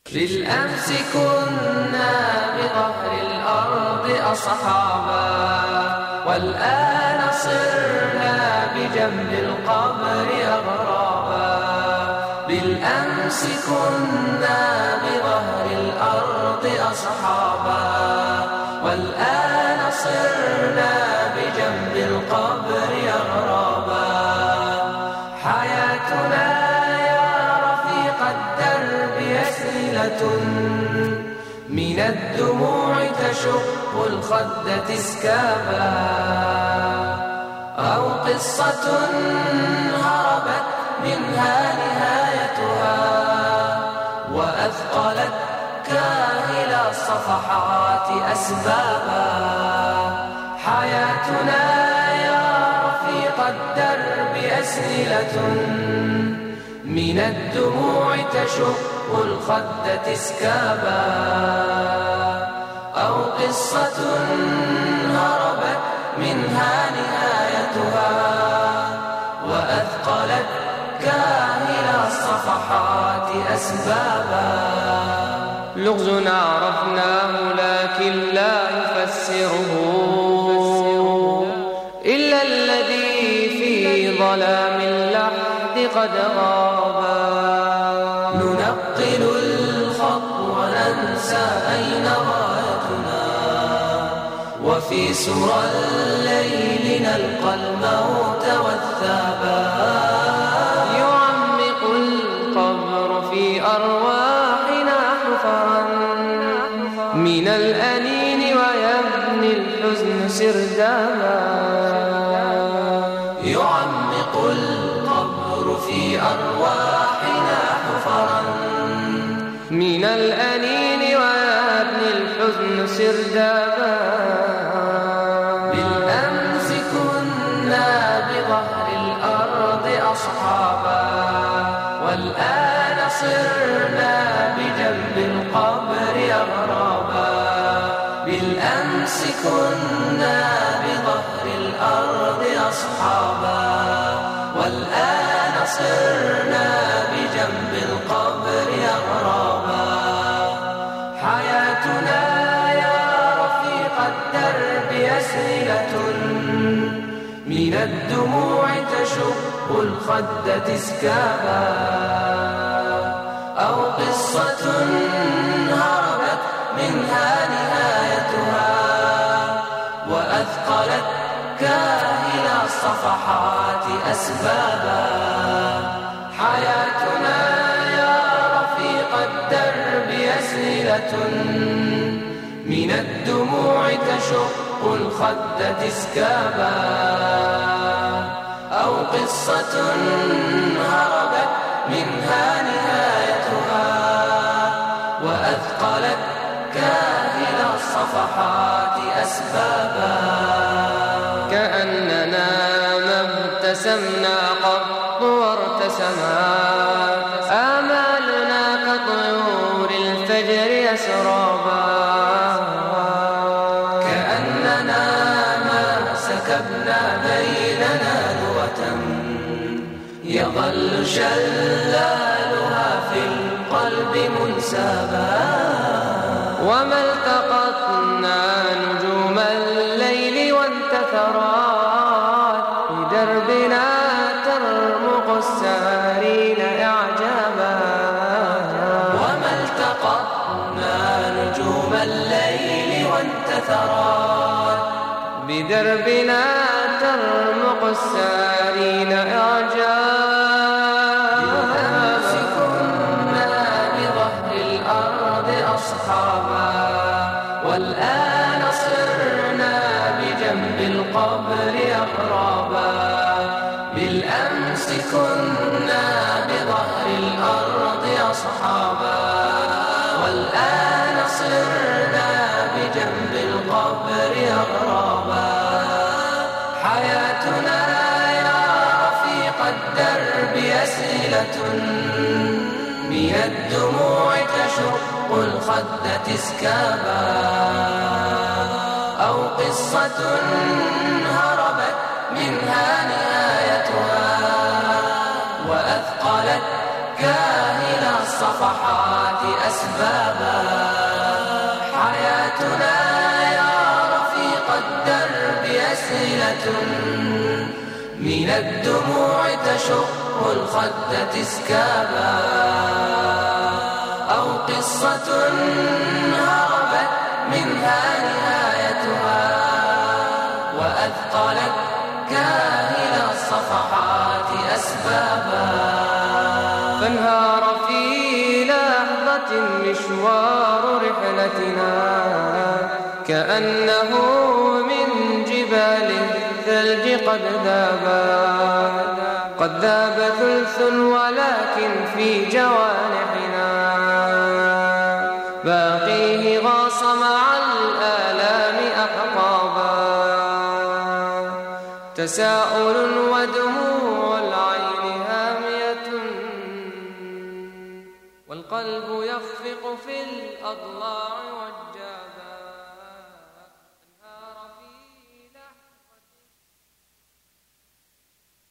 بالأمس كنا بظهر الأرض أصحابا، والآن صرنا بجنب القبر أغرابا. بالأمس كنا بظهر الأرض أصحابا، والآن صرنا بجنب القبر أغرابا. حياتنا يا رفيق الدرب أسئلة من الدموع تشق الخد تسكابا، أو قصة هربت منها نهايتها وأثقلت كاهل الصفحات أسبابا. حياتنا يا رفيق الدرب أسئلة من الدموع تشق الخد تسكابا، أو قصة هربت منها نهايتها وأثقلت كاهل الصفحات أسبابا. لغز عرفناه لكن لا يفسره إلا الذي في ظلام اللحد قد غابا. ننقل الخط وننسى أين غايتنا، وفي سرى الليل نلقى الموت والثابا. يعمق القبر في أرواحنا حفرا من الأنين ويبني الحزن سردابا. يعمق القبر في أرواحنا حفرا من الأنين ويبني الحزن سردابا. بالأمس كنا بظهر الأرض أصحابا، والآن صرنا بجنب القبر أغرابا. بالأمس كنا بظهر الأرض أصحابا، والآن صرنا بجنب القبر أغرابا. حياتنا يا رفيق الدرب أسئلة من الدموع تشق الخد تسكابا، أو قصة هربت منها نهايتها وأثقلت كاهل الصفحات أسبابا. حياتنا يا رفيق الدرب أسئلة من الدموع تشق الخد تسكابا، أو قصة هربت منها نهايتها وأثقلت كاهل الصفحات أسبابا. كأننا ما ابتسمنا قط وارتسما آمالنا كطيور الفجر أسرابا. كأننا ما سكبنا بيننا ذوة يظل شلالها في القلب منسابا. وما التقطنا نجوم الليل وانتثرات بدربنا ترمق السارين إعجابا. وما التقطنا نجوم الليل وانتثرات بدربنا ترمق السارين إعجابا. بالأمس كنا بظهر الأرض أصحابا، والآن صرنا بجنب القبر أغرابا. بالأمس كنا بظهر الأرض أصحابا، والآن صرنا بجنب القبر أغرابا. حياتنا يا رفيق الدرب أسئلة من الدموع تشق الخد تسكابا، أو قصة هربت منها نهايتها وأثقلت كاهل الصفحات أسبابا. حياتنا يا رفيق الدرب أسئلة من الدموع تشق الخد تسكابا، أو قصة هربت منها نهايتها وأثقلت كاهل الصفحات أسبابا. فانهار في لحظة مشوار رحلتنا كأنه من جبال الثلج قد ذاب ثلث ولكن في جوانحنا باقيه غاص مع الآلام أحقابا. تساؤل ودموع العين هامية والقلب يخفق في الأضلاع